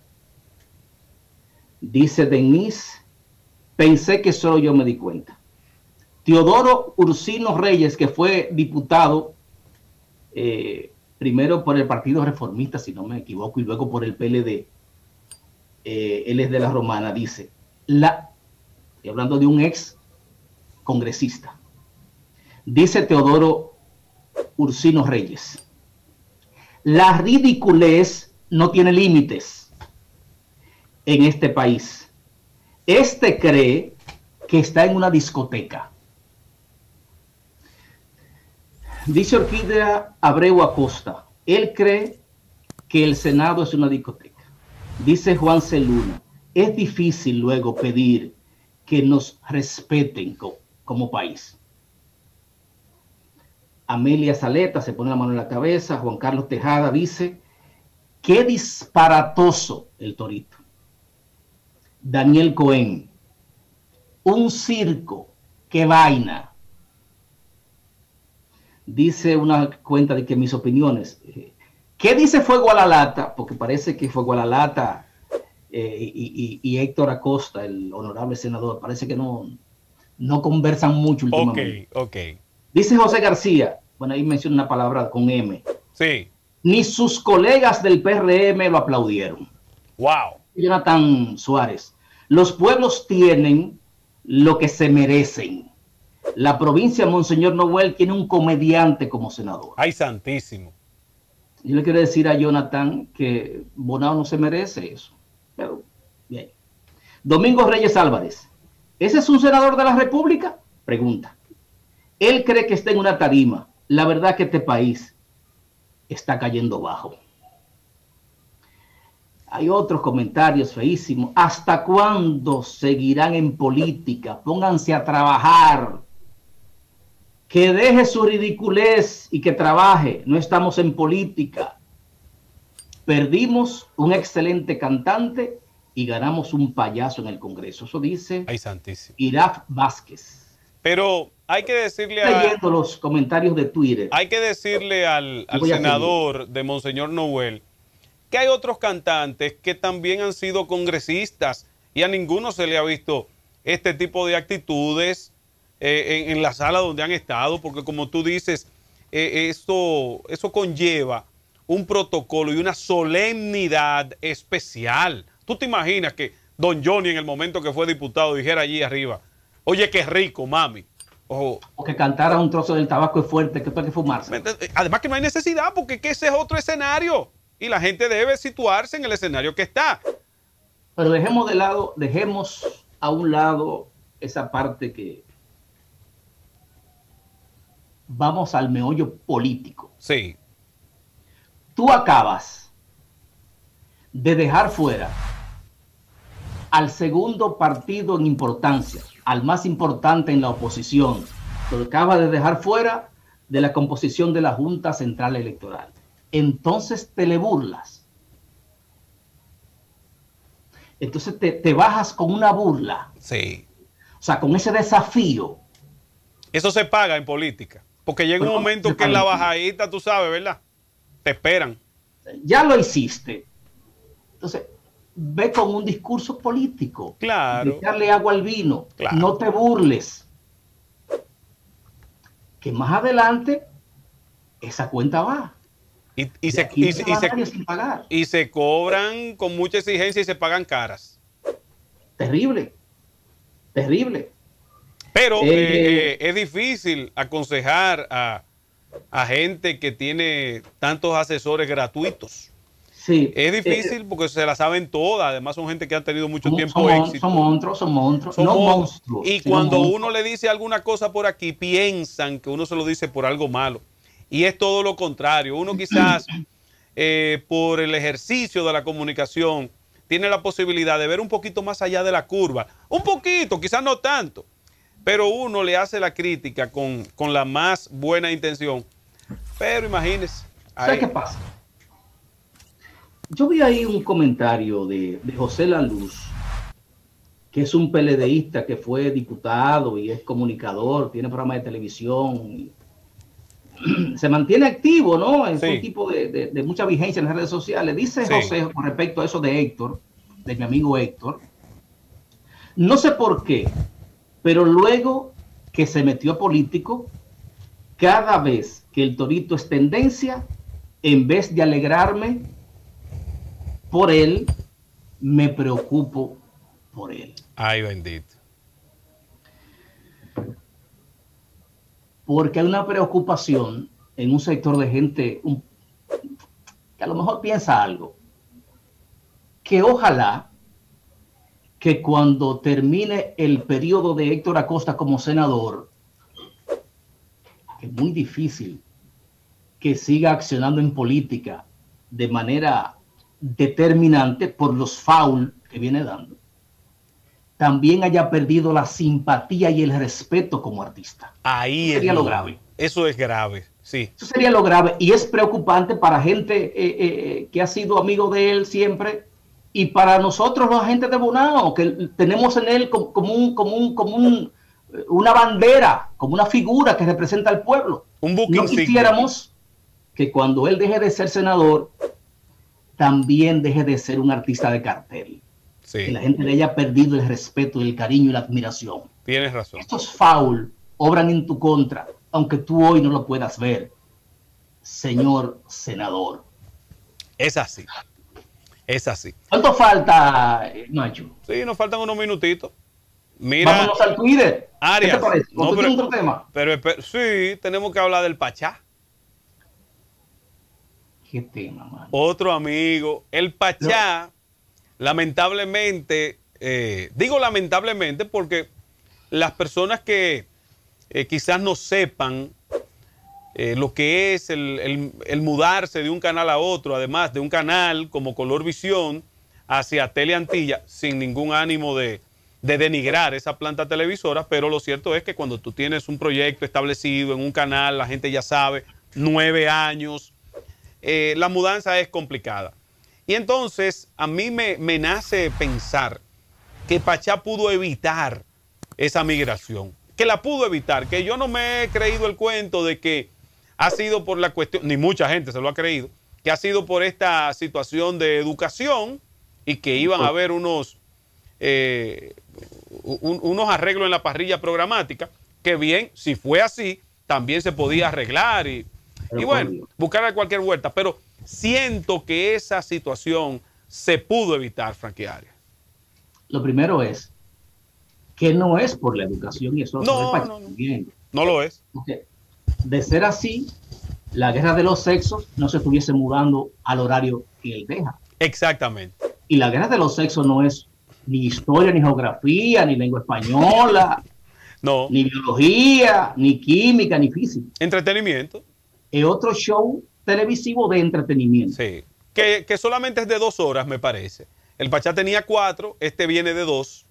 Dice Denise, pensé que solo yo me di cuenta. Teodoro Ursino Reyes, que fue diputado primero por el Partido Reformista, si no me equivoco, y luego por el PLD, él es de la Romana, dice, estoy hablando de un ex congresista, dice Teodoro Ursino Reyes, la ridiculez no tiene límites en este país. Este cree que está en una discoteca. Dice Orquídea Abreu Acosta, él cree que el Senado es una discoteca. Dice Juan C. Luna, es difícil luego pedir que nos respeten como país. Amelia Saleta se pone la mano en la cabeza. Juan Carlos Tejada dice, qué disparatoso el Torito. Daniel Cohen, un circo, qué vaina. Dice una cuenta de que mis opiniones. ¿Qué dice Fuego a la Lata? Porque parece que Fuego a la Lata y Héctor Acosta, el honorable senador, parece que no conversan mucho últimamente. Ok. Dice José García, bueno, ahí menciona una palabra con M. Sí. Ni sus colegas del PRM lo aplaudieron. Wow. Jonathan Suárez, los pueblos tienen lo que se merecen. La provincia Monseñor Noel tiene un comediante como senador. Ay, santísimo. Yo le quiero decir a Jonathan que Bonao no se merece eso. Pero, bien. Domingo Reyes Álvarez. ¿Ese es un senador de la República? Pregunta. Él cree que está en una tarima. La verdad que este país está cayendo bajo. Hay otros comentarios feísimos. ¿Hasta cuándo seguirán en política? Pónganse a trabajar. Que deje su ridiculez y que trabaje. No estamos en política. Perdimos un excelente cantante y ganamos un payaso en el Congreso. Eso dice Iraf Vázquez. Pero hay que decirle leyendo los comentarios de Twitter. Hay que decirle al senador de Monseñor Noel que hay otros cantantes que también han sido congresistas y a ninguno se le ha visto este tipo de actitudes en la sala donde han estado, porque como tú dices, eso conlleva un protocolo y una solemnidad especial. ¿Tú te imaginas que don Johnny en el momento que fue diputado dijera allí arriba, oye, qué rico, mami? O que cantara un trozo del tabaco es fuerte, que hay que fumarse. Además que no hay necesidad, porque ese es otro escenario. Y la gente debe situarse en el escenario que está. Pero dejemos a un lado esa parte que vamos al meollo político. Sí. Tú acabas de dejar fuera al segundo partido en importancia, al más importante en la oposición. Lo acabas de dejar fuera de la composición de la Junta Central Electoral. Entonces te le burlas. Entonces te bajas con una burla. Sí. O sea, con ese desafío. Eso se paga en política. Porque llega un momento que en la bajadita, tú sabes, ¿verdad? Te esperan. Ya lo hiciste. Entonces, ve con un discurso político. Claro. Echarle agua al vino. Claro. No te burles. Que más adelante esa cuenta va. Y se cobran con mucha exigencia y se pagan caras. Terrible. Terrible. Pero es difícil aconsejar a gente que tiene tantos asesores gratuitos. Sí. Es difícil porque se la saben todas. Además son gente que han tenido mucho tiempo éxito. Son monstruos. No monstruos. Y cuando uno le dice alguna cosa por aquí, piensan que uno se lo dice por algo malo. Y es todo lo contrario. Uno quizás por el ejercicio de la comunicación tiene la posibilidad de ver un poquito más allá de la curva. Un poquito, quizás no tanto. Pero uno le hace la crítica con la más buena intención. Pero imagínese. ¿Sabes qué pasa? Yo vi ahí un comentario de José Laluz, que es un PLDista que fue diputado y es comunicador, tiene programa de televisión. Se mantiene activo, ¿no? En un tipo de mucha vigencia en las redes sociales. Dice José con respecto a eso de Héctor, de mi amigo Héctor. No sé por qué, pero luego que se metió político, cada vez que el Torito es tendencia, en vez de alegrarme por él, me preocupo por él. Ay, bendito. Porque hay una preocupación en un sector de gente que a lo mejor piensa algo. Que ojalá que cuando termine el periodo de Héctor Acosta como senador, que es muy difícil que siga accionando en política de manera determinante por los fouls que viene dando, también haya perdido la simpatía y el respeto como artista. Ahí sería lo grave. Eso es grave, sí. Eso sería lo grave y es preocupante para gente que ha sido amigo de él siempre y para nosotros los agentes de Bonao, que tenemos en él como una bandera, como una figura que representa al pueblo. No quisiéramos que cuando él deje de ser senador, también deje de ser un artista de cartel. Sí. Que la gente le haya perdido el respeto, el cariño y la admiración. Tienes razón. Estos fouls obran en tu contra, aunque tú hoy no lo puedas ver, señor senador. Es así. Es así. ¿Cuánto falta, Nacho? Sí, nos faltan unos minutitos. Mira, vámonos al Twitter. Arias, ¿qué te parece? No, pero, otro tema? Pero sí, tenemos que hablar del Pachá. Qué tema, mano. Otro amigo. El Pachá, lamentablemente, digo lamentablemente porque las personas que quizás no sepan lo que es el mudarse de un canal a otro, además de un canal como Color Visión hacia Teleantilla, sin ningún ánimo de denigrar esa planta televisora, pero lo cierto es que cuando tú tienes un proyecto establecido en un canal, la gente ya sabe, 9 años, la mudanza es complicada. Y entonces a mí me nace pensar que Pachá pudo evitar esa migración, que la pudo evitar, que yo no me he creído el cuento de que ha sido por la cuestión, ni mucha gente se lo ha creído, que ha sido por esta situación de educación y que iban a haber unos arreglos en la parrilla programática, que bien, si fue así, también se podía arreglar y bueno, buscar cualquier vuelta, pero siento que esa situación se pudo evitar, Frankie Arias. Lo primero es que no es por la educación y eso no lo es. Porque de ser así, la guerra de los sexos no se estuviese mudando al horario que él deja. Exactamente. Y la guerra de los sexos no es ni historia, ni geografía, ni lengua española, no, ni biología, ni química, ni física. Entretenimiento. Es otro show televisivo de entretenimiento. Sí, que solamente es de 2 horas, me parece. El Pachá tenía 4, este viene de 2.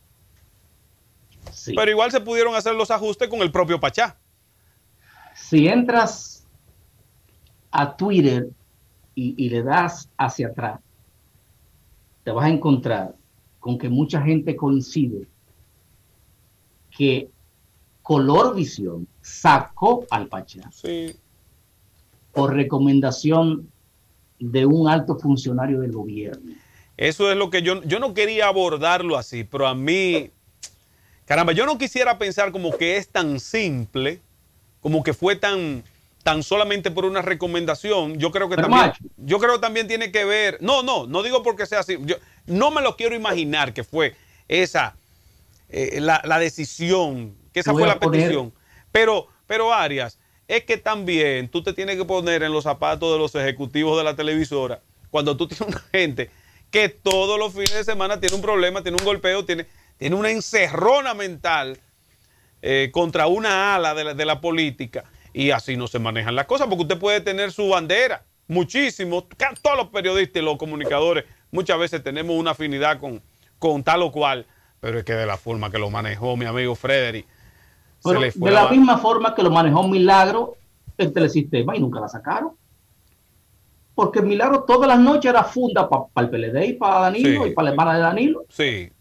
Sí. Pero igual se pudieron hacer los ajustes con el propio Pachá. Si entras a Twitter y le das hacia atrás, te vas a encontrar con que mucha gente coincide que Color Visión sacó al Pachá. Sí. Por recomendación de un alto funcionario del gobierno. Eso es lo que yo no quería abordarlo así, pero a mí, caramba, yo no quisiera pensar como que es tan simple, como que fue tan solamente por una recomendación. Yo creo que también tiene que ver, no digo porque sea así, yo no me lo quiero imaginar que fue esa la decisión, que esa fue la petición. Pero Arias, es que también tú te tienes que poner en los zapatos de los ejecutivos de la televisora cuando tú tienes una gente que todos los fines de semana tiene un problema, tiene un golpeo, tiene una encerrona mental contra una ala de la política, y así no se manejan las cosas, porque usted puede tener su bandera, muchísimos, todos los periodistas y los comunicadores muchas veces tenemos una afinidad con tal o cual, pero es que de la forma que lo manejó mi amigo Frederick, pero de la misma forma que lo manejó Milagro el Telesistema y nunca la sacaron. Porque Milagro todas las noches era funda para el PLD y para Danilo, sí, y para la hermana de Danilo. Sí.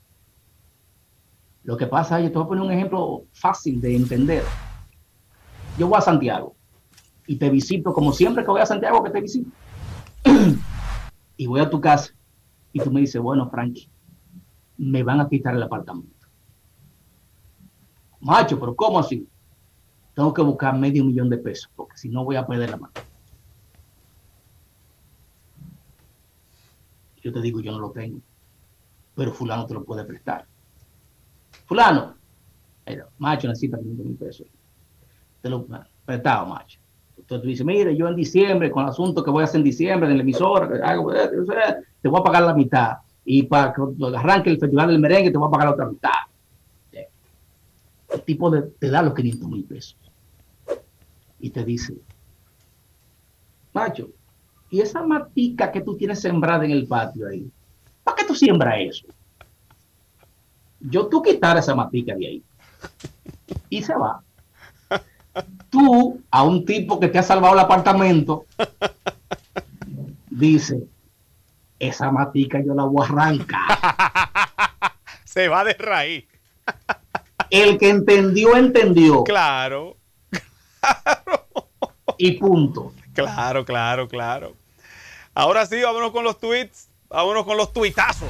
Lo que pasa es, yo te voy a poner un ejemplo fácil de entender. Yo voy a Santiago y te visito, como siempre que voy a Santiago que te visito. Y voy a tu casa y tú me dices, bueno, Frankie, me van a quitar el apartamento. Macho, pero ¿cómo así? Tengo que buscar $500,000 porque si no voy a perder la mano. Yo te digo, yo no lo tengo, pero fulano te lo puede prestar. Fulano, mira, macho, necesita $500,000. Te lo prestado, macho. Entonces tú dices, mire, yo en diciembre, con el asunto que voy a hacer en diciembre, en la emisora, te voy a pagar la mitad. Y para que arranque el festival del merengue, te voy a pagar la otra mitad. El tipo te da los $500,000. Y te dice, macho, y esa matica que tú tienes sembrada en el patio ahí, ¿para qué tú siembras eso? Tú quitar esa matica de ahí. Y se va. Tú, a un tipo que te ha salvado el apartamento, dice, esa matica yo la voy a arrancar. Se va de raíz. El que entendió, entendió. Claro. Y punto. Claro. Ahora sí, vámonos con los tweets. Vámonos con los tuitazos.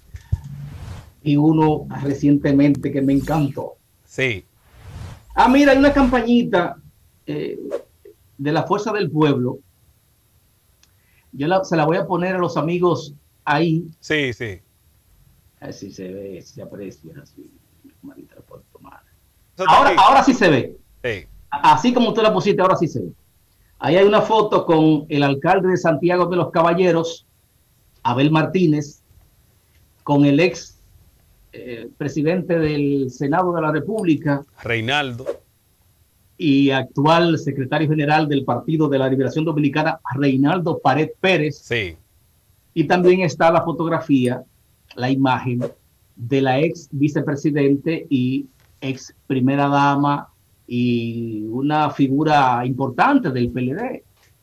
Y uno recientemente que me encantó. Sí. Mira, hay una campañita de la Fuerza del Pueblo. Yo se la voy a poner a los amigos ahí. Sí. Así se ve, se aprecia. Así. Ahora sí se ve. Sí. Así como tú la pusiste, ahora sí se ve. Ahí hay una foto con el alcalde de Santiago de los Caballeros, Abel Martínez, con el ex presidente del Senado de la República, Reinaldo, y actual secretario general del Partido de la Liberación Dominicana, Reinaldo Pared Pérez. sí. Y también está la fotografía, la imagen de la ex vicepresidente y ex primera dama y una figura importante del PLD.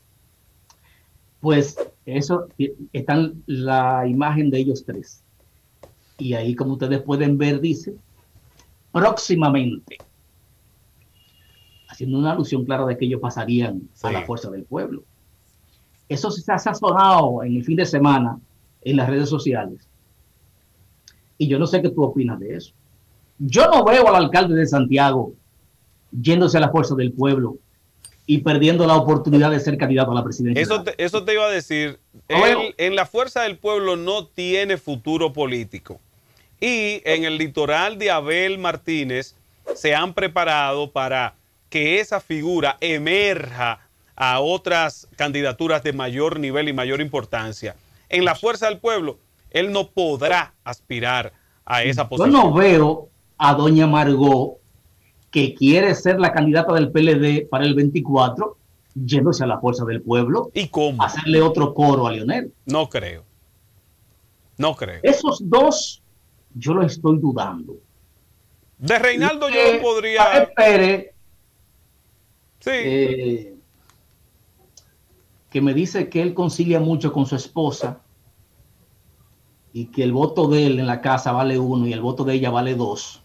Pues eso, están la imagen de ellos tres. Y ahí, como ustedes pueden ver, dice, próximamente, haciendo una alusión clara de que ellos pasarían a la fuerza del pueblo. Eso se ha sazonado en el fin de semana en las redes sociales. Y yo no sé qué tú opinas de eso. Yo no veo al alcalde de Santiago yéndose a la fuerza del pueblo y perdiendo la oportunidad de ser candidato a la presidencia. Eso te iba a decir. Él, en la fuerza del pueblo no tiene futuro político. Y en el litoral de Abel Martínez se han preparado para que esa figura emerja a otras candidaturas de mayor nivel y mayor importancia. En la fuerza del pueblo, él no podrá aspirar a esa posición. Yo no veo a doña Margot, que quiere ser la candidata del PLD para el 24, yéndose a la fuerza del pueblo. ¿Y cómo? Hacerle otro coro a Leonel. No creo. No creo. Esos dos, yo lo estoy dudando. De Reinaldo yo lo podría... Pérez, sí. Que me dice que él concilia mucho con su esposa y que el voto de él en la casa vale 1 y el voto de ella vale 2.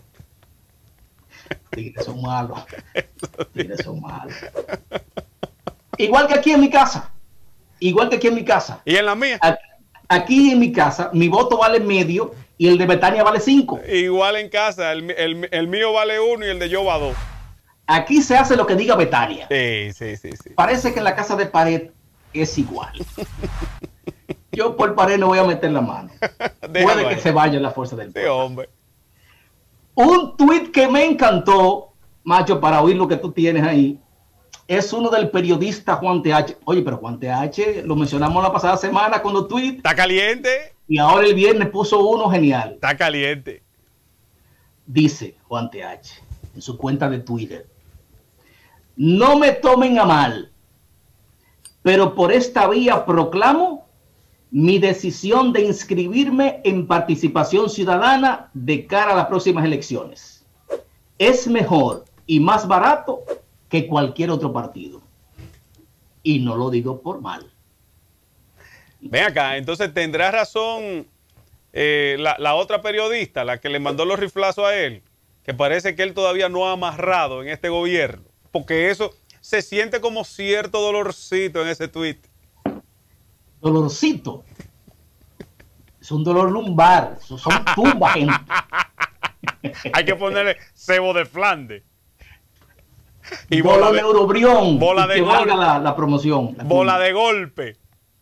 Tigres son malos. Tigres son malos. Igual que aquí en mi casa. Igual que aquí en mi casa. ¿Y en la mía? Aquí en mi casa, mi voto vale medio y el de Betania vale 5. Igual en casa, el mío vale 1 y el de yo va 2. Aquí se hace lo que diga Betania. Sí. Parece que en la casa de Pared es igual. Yo por Pared no voy a meter la mano. Puede que se vaya en la fuerza del pueblo. Sí, hombre. Un tuit que me encantó, macho, para oír lo que tú tienes ahí, es uno del periodista Juan TH. Oye, pero Juan TH lo mencionamos la pasada semana con los tweets. Está caliente. Y ahora el viernes puso uno genial. Está caliente. Dice Juan TH en su cuenta de Twitter: no me tomen a mal, pero por esta vía proclamo mi decisión de inscribirme en participación ciudadana de cara a las próximas elecciones. Es mejor y más barato que cualquier otro partido. Y no lo digo por mal. Ven acá, entonces tendrá razón la otra periodista, la que le mandó los riflazos a él, que parece que él todavía no ha amarrado en este gobierno, porque eso se siente como cierto dolorcito en ese tuit. Dolorcito. Es un dolor lumbar. Eso son tumbas, gente. Hay que ponerle cebo de Flandes. Y bola de Eurobrión. Bola de golpe. La promoción. Bola de golpe.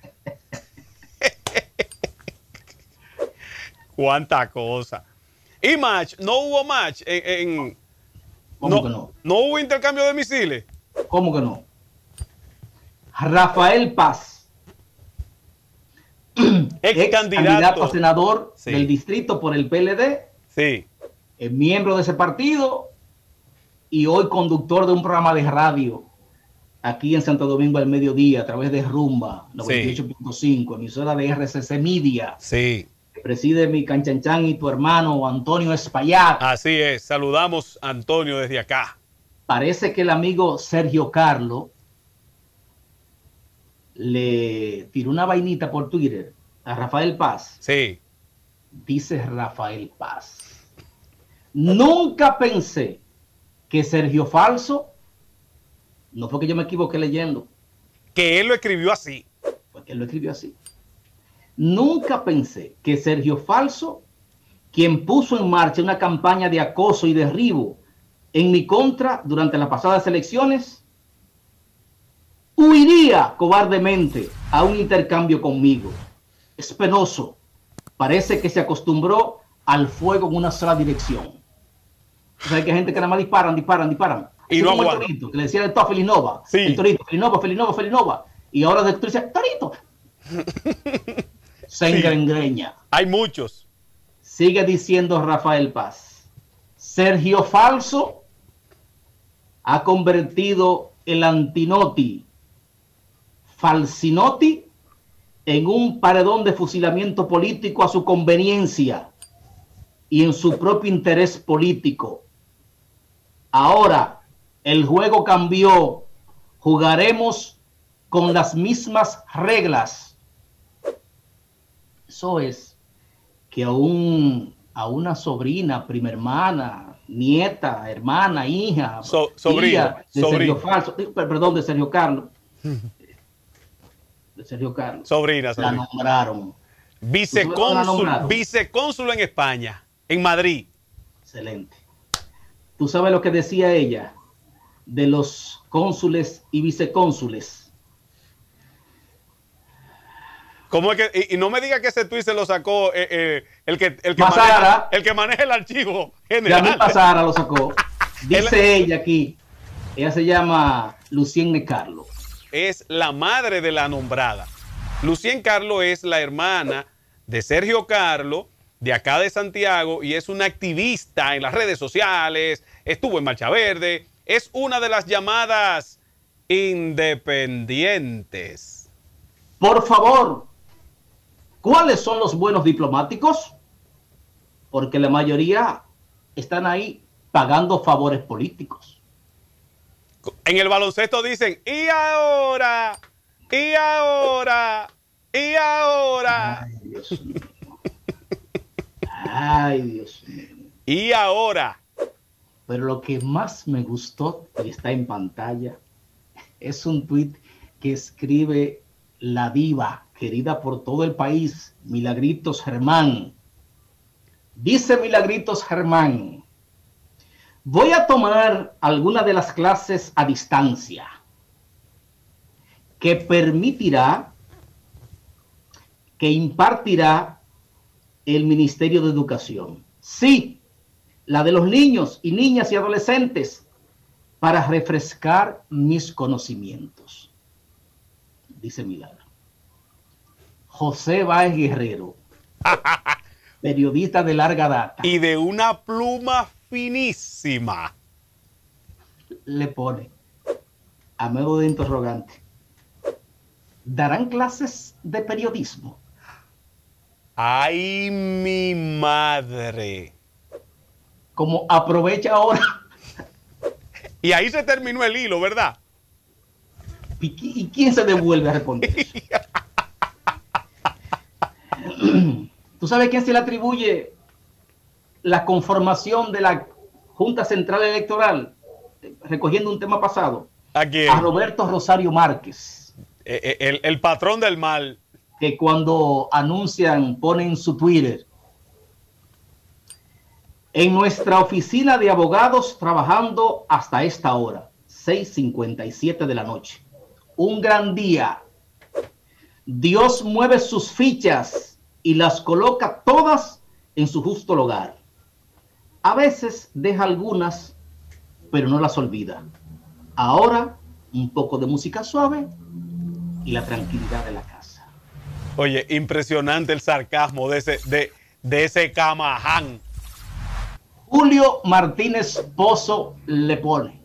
Cuánta cosa. Y match, no hubo match ¿Cómo que no? ¿No hubo intercambio de misiles? ¿Cómo que no? Rafael Paz, ex candidato a senador del distrito por el PLD, miembro de ese partido y hoy conductor de un programa de radio aquí en Santo Domingo al mediodía a través de Rumba 98.5, emisora de RCC Media. Sí. Preside mi canchanchan y tu hermano Antonio Espaillat. Así es, saludamos a Antonio desde acá. Parece que el amigo Sergio Carlo le tiró una vainita por Twitter a Rafael Paz. Sí. Dice Rafael Paz: nunca pensé que Sergio Falso, no fue que yo me equivoqué leyendo, que él lo escribió así. Porque él lo escribió así. Nunca pensé que Sergio Falso, quien puso en marcha una campaña de acoso y derribo en mi contra durante las pasadas elecciones, huiría cobardemente a un intercambio conmigo. Es penoso. Parece que se acostumbró al fuego en una sola dirección. O sea, hay que gente que nada más disparan. Y no como el aguanta. Torito, que le decían todo Felinova. Sí. El Torito, Felinova, Felinova, Felinova. Y ahora tú dices, Torito. Se Sí. engreña. Hay muchos. Sigue diciendo Rafael Paz. Sergio Falso ha convertido el Antinoti Falsinotti en un paredón de fusilamiento político a su conveniencia y en su propio interés político. Ahora el juego cambió. Jugaremos con las mismas reglas. Eso es que a una sobrina, prima hermana, nieta, hermana, hija, sobrina, de Sergio Falso, perdón, de Sergio Carlos. De Sergio Carlos. Sobrina. La nombraron. Vicecónsul en España, en Madrid. Excelente. ¿Tú sabes lo que decía ella de los cónsules y vicecónsules? ¿Cómo es que, y no me diga que ese tuit se lo sacó el que maneja el archivo general? Yamil Pasara lo sacó. Dice ella aquí, ella se llama Lucien Carlo. Es la madre de la nombrada. Lucien Carlo es la hermana de Sergio Carlo, de acá de Santiago, y es una activista en las redes sociales, estuvo en Marcha Verde, es una de las llamadas independientes. Por favor, ¿cuáles son los buenos diplomáticos? Porque la mayoría están ahí pagando favores políticos. En el baloncesto dicen, y ahora, y ahora, y ahora. Ay, Dios mío. Ay, Dios mío. Y ahora. Pero lo que más me gustó, y está en pantalla, es un tuit que escribe la diva, querida por todo el país, Milagritos Germán. Dice Milagritos Germán: voy a tomar alguna de las clases a distancia que permitirá, que impartirá el Ministerio de Educación. Sí, la de los niños y niñas y adolescentes, para refrescar mis conocimientos. Dice Milagro. José Báez Guerrero, periodista de larga data. Y de una pluma finísima. Le pone, a modo de interrogante, ¿darán clases de periodismo? ¡Ay, mi madre! Como aprovecha ahora. Y ahí se terminó el hilo, ¿verdad? ¿Y quién se devuelve a responder eso? ¿Tú sabes quién se le atribuye la conformación de la Junta Central Electoral? Recogiendo un tema pasado. ¿A quién? A Roberto Rosario Márquez. El patrón del mal. Que cuando anuncian, ponen en su Twitter: en nuestra oficina de abogados trabajando hasta esta hora, 6:57 de la noche. Un gran día. Dios mueve sus fichas y las coloca todas en su justo lugar. A veces deja algunas, pero no las olvida. Ahora, un poco de música suave y la tranquilidad de la casa. Oye, impresionante el sarcasmo de ese Camaján. Julio Martínez Pozo le pone: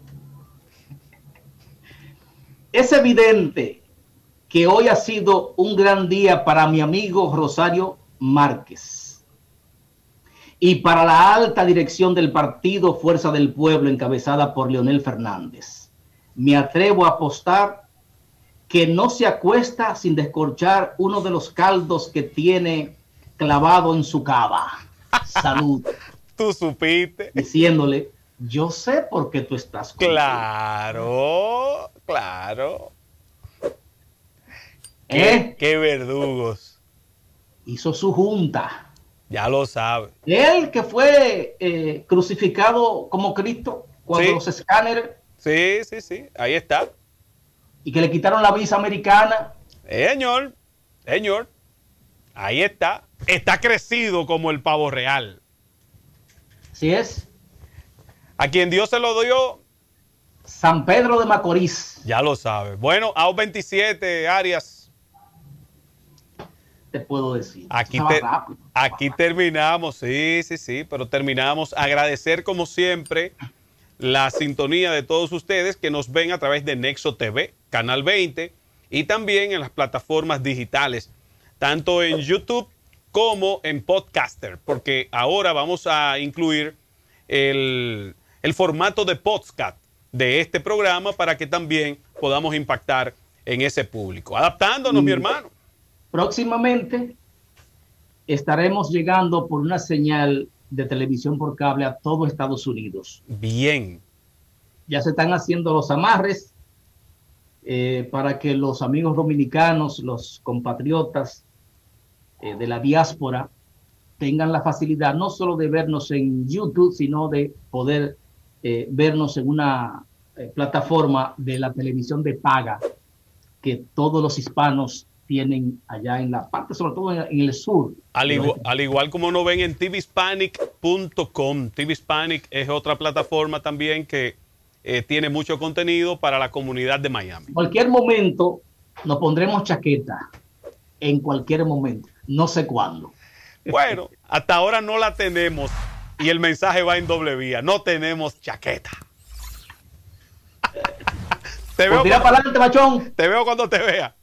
es evidente que hoy ha sido un gran día para mi amigo Rosario Márquez y para la alta dirección del partido Fuerza del Pueblo encabezada por Leonel Fernández. Me atrevo a apostar que no se acuesta sin descorchar uno de los caldos que tiene clavado en su cava. Salud. Tú supiste. Diciéndole: yo sé por qué tú estás conmigo. Claro, claro. Qué verdugos. Hizo su junta. Ya lo sabe. Él que fue crucificado como Cristo cuando los escáneres. Sí, ahí está. Y que le quitaron la visa americana. Señor, ahí está. Está crecido como el pavo real. Así es. A quien Dios se lo dio, San Pedro de Macorís. Ya lo sabes. Bueno, AO 27, Arias. Te puedo decir. Aquí terminamos, sí, pero terminamos. Agradecer como siempre la sintonía de todos ustedes que nos ven a través de Nexo TV, Canal 20, y también en las plataformas digitales, tanto en YouTube como en Podcaster, porque ahora vamos a incluir el formato de podcast de este programa para que también podamos impactar en ese público. Adaptándonos, mi hermano. Próximamente estaremos llegando por una señal de televisión por cable a todo Estados Unidos. Bien. Ya se están haciendo los amarres para que los amigos dominicanos, los compatriotas de la diáspora, tengan la facilidad no solo de vernos en YouTube, sino de poder vernos en una plataforma de la televisión de paga que todos los hispanos tienen allá en la parte, sobre todo en el sur. Al igual como nos ven en tvhispanic.com. TV Hispanic es otra plataforma también que tiene mucho contenido para la comunidad de Miami. En cualquier momento nos pondremos chaqueta. En cualquier momento. No sé cuándo. Bueno, hasta ahora no la tenemos y el mensaje va en doble vía. No tenemos chaqueta. Tira para adelante, machón. Te veo cuando te vea.